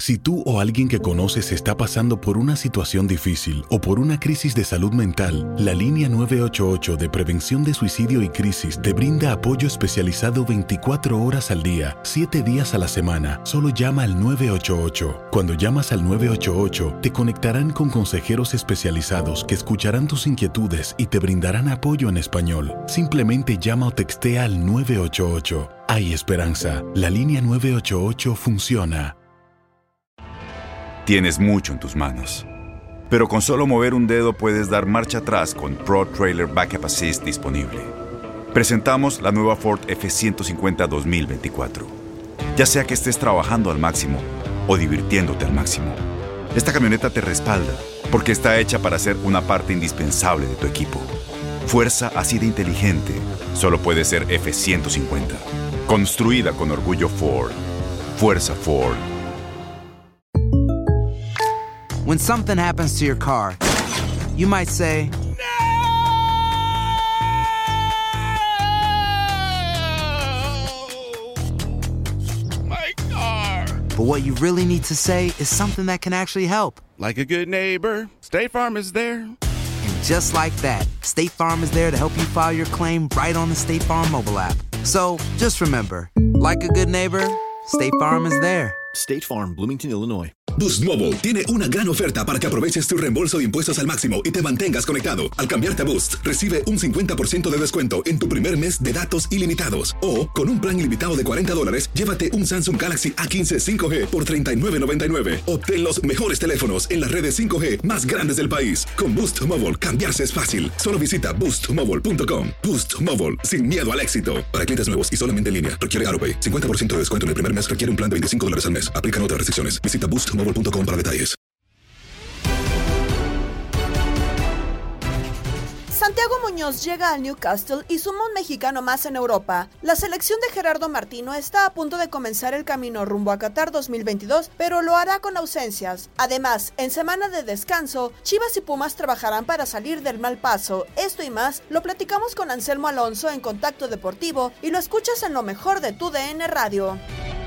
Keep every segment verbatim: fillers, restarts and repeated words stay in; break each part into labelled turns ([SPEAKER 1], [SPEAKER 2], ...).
[SPEAKER 1] Si tú o alguien que conoces está pasando por una situación difícil o por una crisis de salud mental, la línea nueve ocho ocho de Prevención de Suicidio y Crisis te brinda apoyo especializado veinticuatro horas al día, siete días a la semana. Solo llama al nueve ocho ocho. Cuando llamas al nueve ocho ocho, te conectarán con consejeros especializados que escucharán tus inquietudes y te brindarán apoyo en español. Simplemente llama o textea al nueve ocho ocho. Hay esperanza. La línea nueve ocho ocho funciona.
[SPEAKER 2] Tienes mucho en tus manos, pero con solo mover un dedo puedes dar marcha atrás con Pro Trailer Backup Assist disponible. Presentamos la nueva Ford F ciento cincuenta dos mil veinticuatro. Ya sea que estés trabajando al máximo o divirtiéndote al máximo, esta camioneta te respalda porque está hecha para ser una parte indispensable de tu equipo. Fuerza así de inteligente solo puede ser F ciento cincuenta. Construida con orgullo Ford. Fuerza Ford.
[SPEAKER 3] When something happens to your car, you might say,
[SPEAKER 4] "No! My car!"
[SPEAKER 3] But what you really need to say is something that can actually help.
[SPEAKER 4] Like a good neighbor, State Farm is there.
[SPEAKER 3] And just like that, State Farm is there to help you file your claim right on the State Farm mobile app. So just remember, like a good neighbor, State Farm is there.
[SPEAKER 5] State Farm, Bloomington, Illinois.
[SPEAKER 6] Boost Mobile tiene una gran oferta para que aproveches tu reembolso de impuestos al máximo y te mantengas conectado. Al cambiarte a Boost, recibe un cincuenta por ciento de descuento en tu primer mes de datos ilimitados. O, con un plan ilimitado de cuarenta dólares, llévate un Samsung Galaxy A quince cinco G por treinta y nueve noventa y nueve. Obtén los mejores teléfonos en las redes cinco G más grandes del país. Con Boost Mobile, cambiarse es fácil. Solo visita boost mobile punto com. Boost Mobile, sin miedo al éxito. Para clientes nuevos y solamente en línea, requiere AutoPay. cincuenta por ciento de descuento en el primer mes requiere un plan de veinticinco dólares al mes. Aplican otras restricciones. Visita boost mobile punto com para detalles.
[SPEAKER 7] Santiago Muñoz llega al Newcastle y suma un mexicano más en Europa. La selección de Gerardo Martino está a punto de comenzar el camino rumbo a Qatar dos mil veintidós, pero lo hará con ausencias. Además, en semana de descanso, Chivas y Pumas trabajarán para salir del mal paso. Esto y más lo platicamos con Anselmo Alonso en Contacto Deportivo y lo escuchas en lo mejor de tu D N Radio.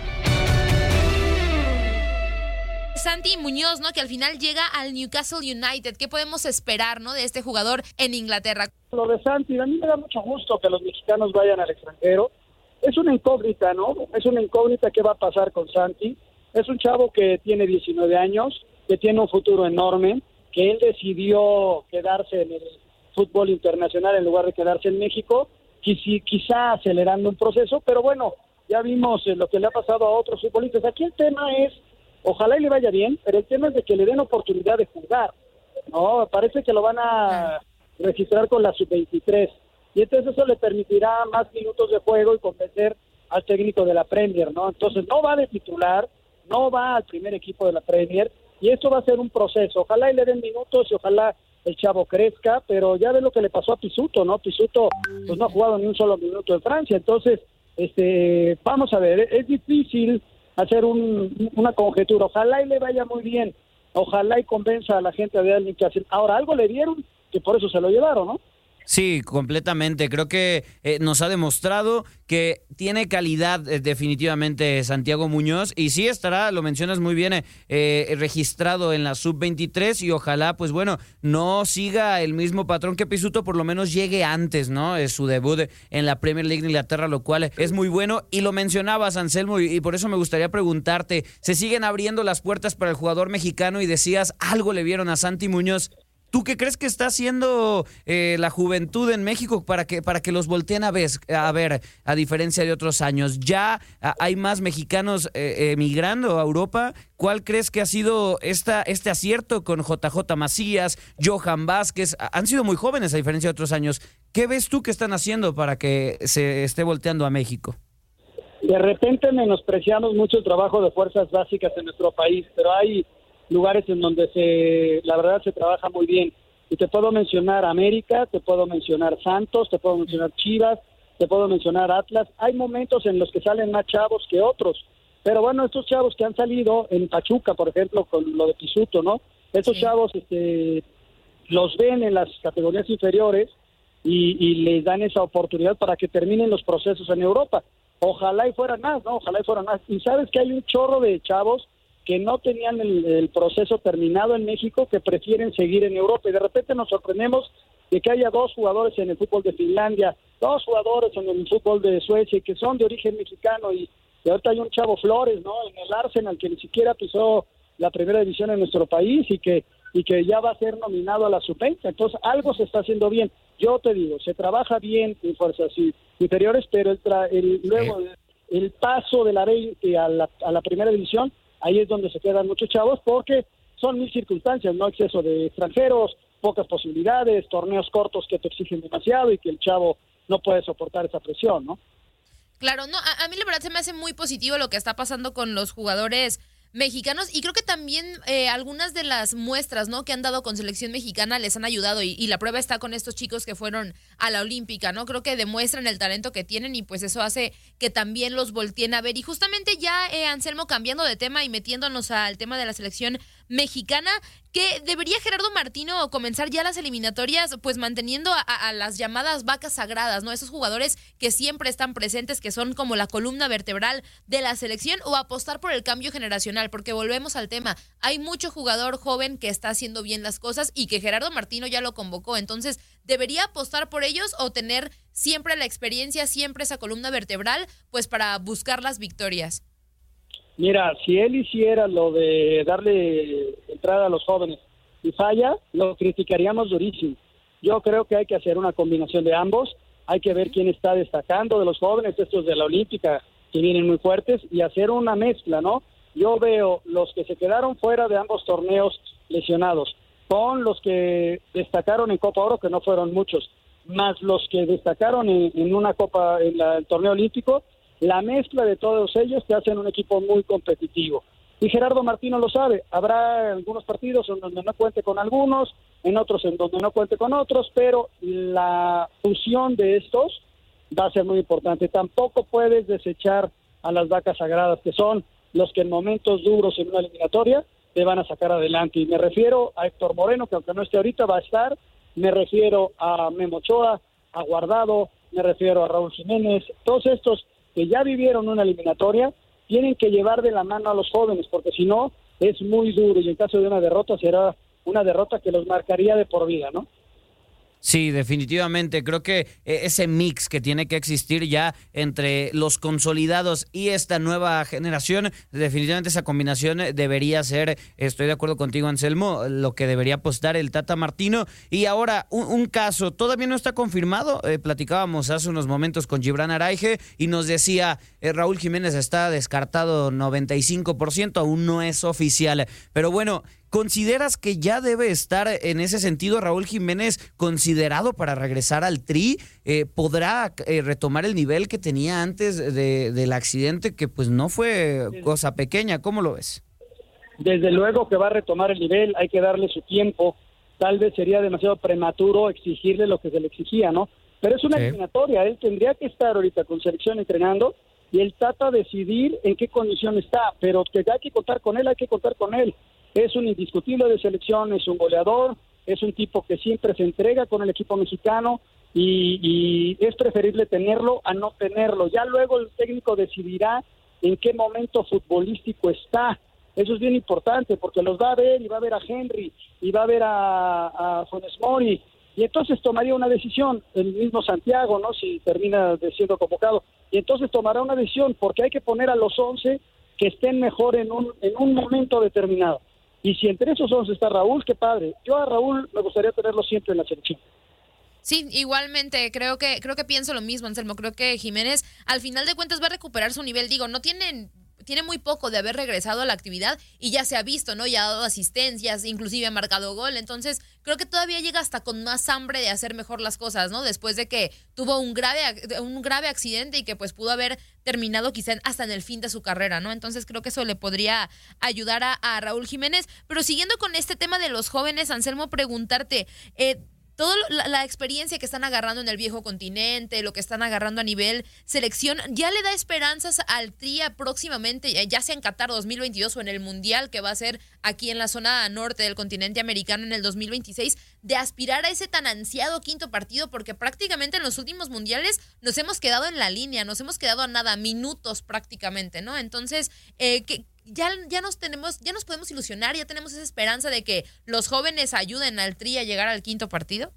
[SPEAKER 8] Santi Muñoz, ¿no? Que al final llega al Newcastle United. ¿Qué podemos esperar, ¿no? De este jugador en Inglaterra?
[SPEAKER 9] Lo de Santi, a mí me da mucho gusto que los mexicanos vayan al extranjero. Es una incógnita, ¿no? Es una incógnita qué va a pasar con Santi. Es un chavo que tiene diecinueve años, que tiene un futuro enorme, que él decidió quedarse en el fútbol internacional en lugar de quedarse en México, quizá acelerando un proceso, pero bueno, ya vimos lo que le ha pasado a otros futbolistas. Aquí el tema es, ojalá y le vaya bien, pero el tema es de que le den oportunidad de jugar, ¿no? Parece que lo van a registrar con la sub veintitrés, y entonces eso le permitirá más minutos de juego y convencer al técnico de la Premier, ¿no? Entonces no va de titular, no va al primer equipo de la Premier, y esto va a ser un proceso. Ojalá y le den minutos y ojalá el chavo crezca, pero ya ves lo que le pasó a Pisuto, ¿no? Pisuto pues no ha jugado ni un solo minuto en Francia, entonces este vamos a ver, es difícil hacer un, una conjetura. Ojalá y le vaya muy bien, ojalá y convenza a la gente de alguien que hace. Ahora, algo le dieron que por eso se lo llevaron, ¿no?
[SPEAKER 10] Sí, completamente. Creo que eh, nos ha demostrado que tiene calidad eh, definitivamente Santiago Muñoz, y sí estará, lo mencionas muy bien, eh, eh, registrado en la sub veintitrés, y ojalá, pues bueno, no siga el mismo patrón que Pisuto, por lo menos llegue antes, ¿no? Es su debut en la Premier League de Inglaterra, lo cual es muy bueno, y lo mencionabas, Anselmo, y, y por eso me gustaría preguntarte, ¿se siguen abriendo las puertas para el jugador mexicano? Y decías, algo le vieron a Santi Muñoz. ¿Tú qué crees que está haciendo eh, la juventud en México para que para que los volteen a ver, a ver, a diferencia de otros años? ¿Ya a, hay más mexicanos eh, emigrando a Europa? ¿Cuál crees que ha sido esta este acierto con J J Macías, Johan Vázquez? Han sido muy jóvenes a diferencia de otros años. ¿Qué ves tú que están haciendo para que se esté volteando a México?
[SPEAKER 9] De repente menospreciamos mucho el trabajo de fuerzas básicas en nuestro país, pero hay lugares en donde se, la verdad se trabaja muy bien. Y te puedo mencionar América, te puedo mencionar Santos, te puedo mencionar Chivas, te puedo mencionar Atlas. Hay momentos en los que salen más chavos que otros. Pero bueno, estos chavos que han salido en Pachuca, por ejemplo, con lo de Pisuto, ¿no? Estos sí. chavos este, los ven en las categorías inferiores y, y les dan esa oportunidad para que terminen los procesos en Europa. Ojalá y fueran más, ¿no? Ojalá y fueran más. Y sabes que hay un chorro de chavos que no tenían el, el proceso terminado en México, que prefieren seguir en Europa, y de repente nos sorprendemos de que haya dos jugadores en el fútbol de Finlandia, dos jugadores en el fútbol de Suecia, que son de origen mexicano, y, y ahorita hay un Chavo Flores, ¿no?, en el Arsenal, que ni siquiera pisó la primera división en nuestro país, y que y que ya va a ser nominado a la sub veinte. Entonces, algo se está haciendo bien. Yo te digo, se trabaja bien en fuerzas inferiores, pero el, tra- el luego el, el paso de la veinte a la, a la primera división, ahí es donde se quedan muchos chavos, porque son mil circunstancias, ¿no? Exceso de extranjeros, pocas posibilidades, torneos cortos que te exigen demasiado y que el chavo no puede soportar esa presión, ¿no?
[SPEAKER 8] Claro, no, a, a mí la verdad se me hace muy positivo lo que está pasando con los jugadores mexicanos, y creo que también eh, algunas de las muestras, ¿no?, que han dado con selección mexicana les han ayudado, y, y la prueba está con estos chicos que fueron a la Olímpica, ¿no? Creo que demuestran el talento que tienen, y pues eso hace que también los volteen a ver. Y justamente ya, eh, Anselmo, cambiando de tema y metiéndonos al tema de la selección mexicana, que debería Gerardo Martino comenzar ya las eliminatorias pues manteniendo a, a las llamadas vacas sagradas, ¿no? Esos jugadores que siempre están presentes, que son como la columna vertebral de la selección, o apostar por el cambio generacional, porque volvemos al tema, hay mucho jugador joven que está haciendo bien las cosas y que Gerardo Martino ya lo convocó. Entonces, ¿debería apostar por ellos o tener siempre la experiencia, siempre esa columna vertebral, pues para buscar las victorias?
[SPEAKER 9] Mira, si él hiciera lo de darle entrada a los jóvenes y falla, lo criticaríamos durísimo. Yo creo que hay que hacer una combinación de ambos, hay que ver quién está destacando de los jóvenes, estos de la Olímpica, que vienen muy fuertes, y hacer una mezcla, ¿no? Yo veo los que se quedaron fuera de ambos torneos lesionados, con los que destacaron en Copa Oro, que no fueron muchos, más los que destacaron en, en una Copa, en la, el torneo olímpico. La mezcla de todos ellos te hacen un equipo muy competitivo. Y Gerardo Martino lo sabe, habrá algunos partidos en donde no cuente con algunos, en otros en donde no cuente con otros, pero la fusión de estos va a ser muy importante. Tampoco puedes desechar a las vacas sagradas, que son los que en momentos duros en una eliminatoria te van a sacar adelante. Y me refiero a Héctor Moreno, que aunque no esté ahorita va a estar, me refiero a Memo Ochoa, a Guardado, me refiero a Raúl Jiménez, todos estos que ya vivieron una eliminatoria, tienen que llevar de la mano a los jóvenes, porque si no, es muy duro, y en caso de una derrota, será una derrota que los marcaría de por vida, ¿no?
[SPEAKER 10] Sí, definitivamente. Creo que ese mix que tiene que existir ya entre los consolidados y esta nueva generación, definitivamente esa combinación debería ser, estoy de acuerdo contigo, Anselmo, lo que debería apostar el Tata Martino. Y ahora, un, un caso, todavía no está confirmado, eh, platicábamos hace unos momentos con Gibran Araige y nos decía, eh, Raúl Jiménez está descartado noventa y cinco por ciento, aún no es oficial. Pero bueno, ¿consideras que ya debe estar en ese sentido Raúl Jiménez considerado para regresar al Tri? Eh, ¿Podrá eh, retomar el nivel que tenía antes de, del accidente, que pues no fue cosa pequeña? ¿Cómo lo ves?
[SPEAKER 9] Desde luego que va a retomar el nivel, hay que darle su tiempo. Tal vez sería demasiado prematuro exigirle lo que se le exigía, ¿no? Pero es una sí. eliminatoria, él tendría que estar ahorita con selección entrenando y el Tata decidir en qué condición está, pero que hay que contar con él, hay que contar con él. Es un indiscutible de selección, es un goleador, es un tipo que siempre se entrega con el equipo mexicano y, y es preferible tenerlo a no tenerlo. Ya luego el técnico decidirá en qué momento futbolístico está. Eso es bien importante porque los va a ver y va a ver a Henry y va a ver a, a Funes Mori y entonces tomaría una decisión, el mismo Santiago, ¿no? Si termina siendo convocado, y entonces tomará una decisión porque hay que poner a los once que estén mejor en un, en un momento determinado. Y si entre esos once está Raúl, qué padre. Yo a Raúl me gustaría tenerlo siempre en la selección.
[SPEAKER 8] Sí, igualmente, creo que creo que pienso lo mismo, Anselmo. Creo que Jiménez, al final de cuentas, va a recuperar su nivel. Digo, no tienen... tiene muy poco de haber regresado a la actividad y ya se ha visto, ¿no? Ya ha dado asistencias, inclusive ha marcado gol. Entonces, creo que todavía llega hasta con más hambre de hacer mejor las cosas, ¿no? Después de que tuvo un grave un grave accidente y que pues pudo haber terminado quizá hasta en el fin de su carrera, ¿no? Entonces, creo que eso le podría ayudar a, a Raúl Jiménez. Pero siguiendo con este tema de los jóvenes, Anselmo, preguntarte, eh, toda la, la experiencia que están agarrando en el viejo continente, lo que están agarrando a nivel selección, ¿ya le da esperanzas al Tri próximamente, ya sea en Qatar dos mil veintidós o en el Mundial que va a ser aquí en la zona norte del continente americano en el dos mil veintiséis, de aspirar a ese tan ansiado quinto partido? Porque prácticamente en los últimos mundiales nos hemos quedado en la línea, nos hemos quedado a nada, minutos prácticamente, ¿no? Entonces, eh, ¿qué, ya, ya nos tenemos, ya nos podemos ilusionar, ya tenemos esa esperanza de que los jóvenes ayuden al Tri a llegar al quinto partido.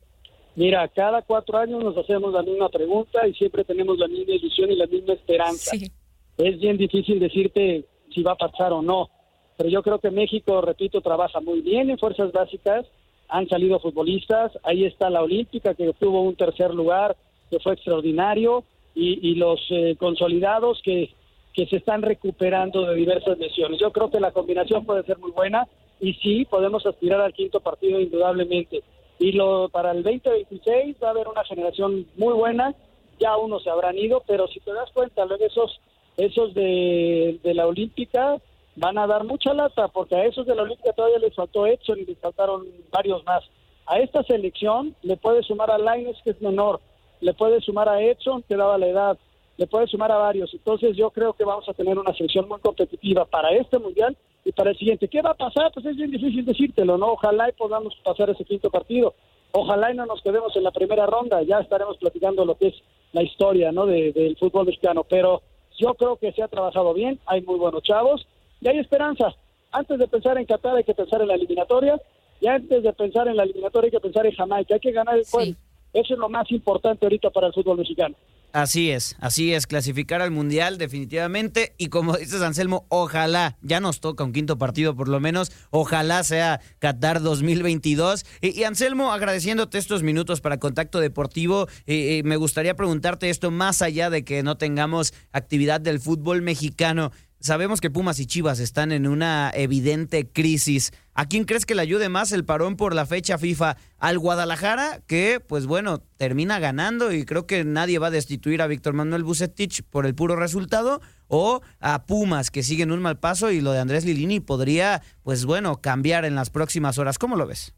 [SPEAKER 9] Mira, cada cuatro años nos hacemos la misma pregunta y siempre tenemos la misma ilusión y la misma esperanza.
[SPEAKER 8] Sí.
[SPEAKER 9] Es bien difícil decirte si va a pasar o no, pero yo creo que México, repito, trabaja muy bien en fuerzas básicas, han salido futbolistas, ahí está la Olímpica que obtuvo un tercer lugar, que fue extraordinario, y, y los eh, consolidados que, que se están recuperando de diversas lesiones. Yo creo que la combinación puede ser muy buena, y sí, podemos aspirar al quinto partido indudablemente. Y lo para el veinte veintiséis va a haber una generación muy buena, ya unos se habrán ido, pero si te das cuenta, luego esos, esos de, de la Olímpica van a dar mucha lata, porque a esos de la Olímpica todavía les faltó Edson y les faltaron varios más. A esta selección le puede sumar a Lainez, que es menor, le puede sumar a Edson, que daba la edad, le puede sumar a varios. Entonces yo creo que vamos a tener una selección muy competitiva para este Mundial y para el siguiente. ¿Qué va a pasar? Pues es bien difícil decírtelo, ¿no? Ojalá y podamos pasar ese quinto partido. Ojalá y no nos quedemos en la primera ronda. Ya estaremos platicando lo que es la historia, ¿no? De, del fútbol mexicano. Pero yo creo que se ha trabajado bien, hay muy buenos chavos y hay esperanza. Antes de pensar en Qatar hay que pensar en la eliminatoria, y antes de pensar en la eliminatoria hay que pensar en Jamaica. Hay que ganar el juego. Sí. Eso es lo más importante ahorita para el fútbol mexicano.
[SPEAKER 10] Así es, así es, clasificar al Mundial definitivamente, y como dices, Anselmo, ojalá, ya nos toca un quinto partido por lo menos, ojalá sea Qatar dos mil veintidós. Y, y Anselmo, agradeciéndote estos minutos para Contacto Deportivo, eh, eh, me gustaría preguntarte esto, más allá de que no tengamos actividad del fútbol mexicano. Sabemos que Pumas y Chivas están en una evidente crisis. ¿A quién crees que le ayude más el parón por la fecha FIFA? ¿Al Guadalajara, que, pues bueno, termina ganando y creo que nadie va a destituir a Víctor Manuel Vucetich por el puro resultado? ¿O a Pumas, que siguen un mal paso y lo de Andrés Lilini podría, pues bueno, cambiar en las próximas horas? ¿Cómo lo ves?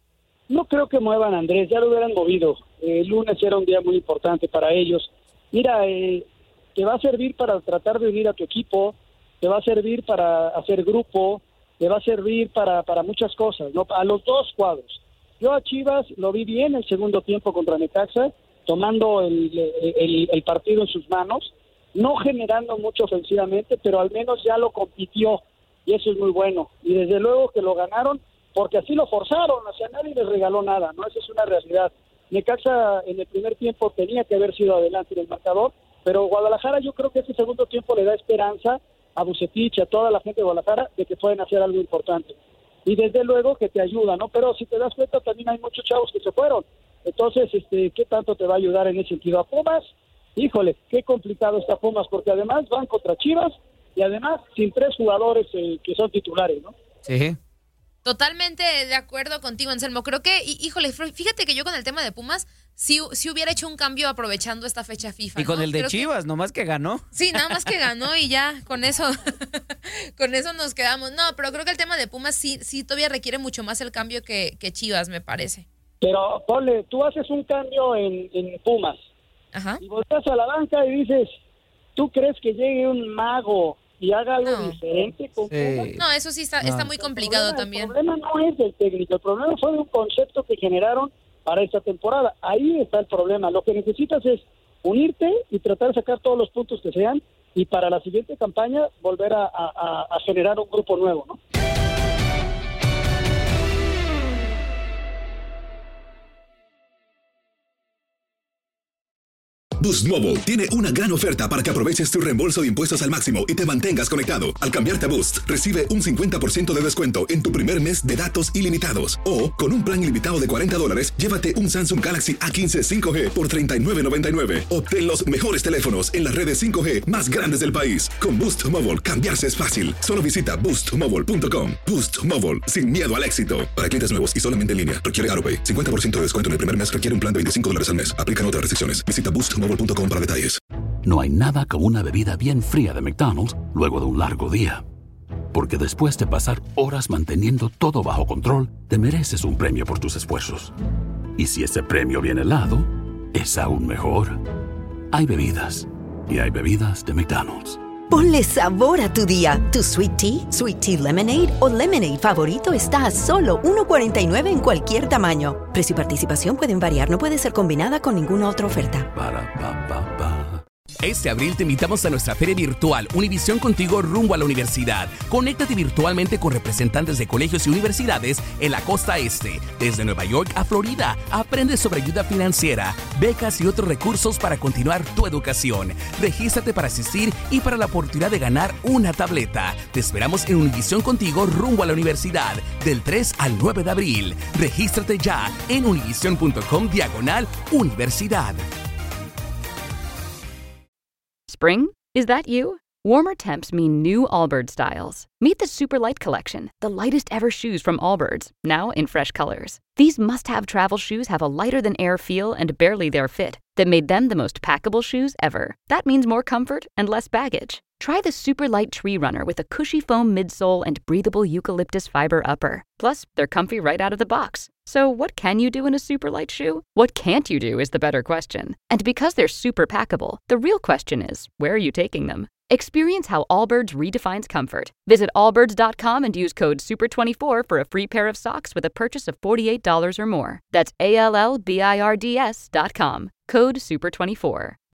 [SPEAKER 9] No creo que muevan a Andrés, ya lo hubieran movido. El lunes era un día muy importante para ellos. Mira, eh, te va a servir para tratar de unir a tu equipo, te va a servir para hacer grupo, te va a servir para, para muchas cosas, ¿no? A los dos cuadros. Yo a Chivas lo vi bien el segundo tiempo contra Necaxa, tomando el, el, el partido en sus manos, no generando mucho ofensivamente, pero al menos ya lo compitió, y eso es muy bueno. Y desde luego que lo ganaron, porque así lo forzaron, o sea, nadie les regaló nada, ¿no? Esa es una realidad. Necaxa en el primer tiempo tenía que haber sido adelante en el marcador, pero Guadalajara yo creo que ese segundo tiempo le da esperanza a Vucetich, a toda la gente de Guadalajara, de que pueden hacer algo importante. Y desde luego que te ayuda, ¿no? Pero si te das cuenta, también hay muchos chavos que se fueron. Entonces, este, ¿qué tanto te va a ayudar en ese sentido? A Pumas, híjole, qué complicado está Pumas, porque además van contra Chivas y además sin tres jugadores eh, que son titulares, ¿no?
[SPEAKER 10] Sí.
[SPEAKER 8] Totalmente de acuerdo contigo, Anselmo. Creo que, híjole, fíjate que yo con el tema de Pumas, sí, sí hubiera hecho un cambio aprovechando esta fecha FIFA.
[SPEAKER 10] Y con
[SPEAKER 8] ¿no?
[SPEAKER 10] el de
[SPEAKER 8] Creo
[SPEAKER 10] Chivas,
[SPEAKER 8] que,
[SPEAKER 10] nomás que ganó.
[SPEAKER 8] Sí, nada más que ganó y ya, con eso, con eso nos quedamos. No, pero creo que el tema de Pumas sí, sí todavía requiere mucho más el cambio que, que Chivas, me parece.
[SPEAKER 9] Pero, ponle, tú haces un cambio en, en Pumas.
[SPEAKER 8] Ajá.
[SPEAKER 9] Y volteas a la banca y dices, ¿tú crees que llegue un mago y haga algo
[SPEAKER 8] no.
[SPEAKER 9] diferente con
[SPEAKER 10] Sí.
[SPEAKER 9] Pumas?
[SPEAKER 8] No, eso sí está, no. está muy complicado
[SPEAKER 9] el problema,
[SPEAKER 8] también.
[SPEAKER 9] El problema no es del técnico, el problema fue de un concepto que generaron para esta temporada. Ahí está el problema. Lo que necesitas es unirte y tratar de sacar todos los puntos que sean, y para la siguiente campaña volver a, a, a generar un grupo nuevo, ¿no?
[SPEAKER 6] Boost Mobile tiene una gran oferta para que aproveches tu reembolso de impuestos al máximo y te mantengas conectado. Al cambiarte a Boost, recibe un cincuenta por ciento de descuento en tu primer mes de datos ilimitados. O, con un plan ilimitado de cuarenta dólares, llévate un Samsung Galaxy A quince cinco G por treinta y nueve noventa y nueve. Obtén los mejores teléfonos en las redes cinco G más grandes del país. Con Boost Mobile, cambiarse es fácil. Solo visita boost mobile punto com. Boost Mobile, sin miedo al éxito. Para clientes nuevos y solamente en línea, requiere AutoPay. cincuenta por ciento de descuento en el primer mes requiere un plan de veinticinco dólares al mes. Aplican otras restricciones. Visita boost mobile punto com para detalles.
[SPEAKER 11] No hay nada como una bebida bien fría de McDonald's luego de un largo día. Porque después de pasar horas manteniendo todo bajo control, te mereces un premio por tus esfuerzos. Y si ese premio viene helado, es aún mejor. Hay bebidas. Y hay bebidas de McDonald's.
[SPEAKER 12] Ponle sabor a tu día. Tu Sweet Tea, Sweet Tea Lemonade o Lemonade favorito está a solo uno cuarenta y nueve en cualquier tamaño. Precio y participación pueden variar. No puede ser combinada con ninguna otra oferta.
[SPEAKER 11] Para, pa, pa, pa.
[SPEAKER 13] Este abril te invitamos a nuestra feria virtual Univisión Contigo rumbo a la universidad. Conéctate virtualmente con representantes de colegios y universidades en la costa este, desde Nueva York a Florida. Aprende sobre ayuda financiera, becas y otros recursos para continuar tu educación. Regístrate para asistir y para la oportunidad de ganar una tableta. Te esperamos en Univisión Contigo rumbo a la universidad del tres al nueve de abril. Regístrate ya en univision.com diagonal universidad.
[SPEAKER 14] Spring? Is that you? Warmer temps mean new Allbirds styles. Meet the Super Light Collection, the lightest ever shoes from Allbirds, now in fresh colors. These must-have travel shoes have a lighter-than-air feel and barely-there fit that made them the most packable shoes ever. That means more comfort and less baggage. Try the Super Light Tree Runner with a cushy foam midsole and breathable eucalyptus fiber upper. Plus, they're comfy right out of the box. So what can you do in a super light shoe? What can't you do is the better question. And because they're super packable, the real question is, where are you taking them? Experience how Allbirds redefines comfort. Visit allbirds dot com and use code super twenty-four for a free pair of socks with a purchase of forty-eight dollars or more. That's A L L B I R D S dot com. Code super twenty-four.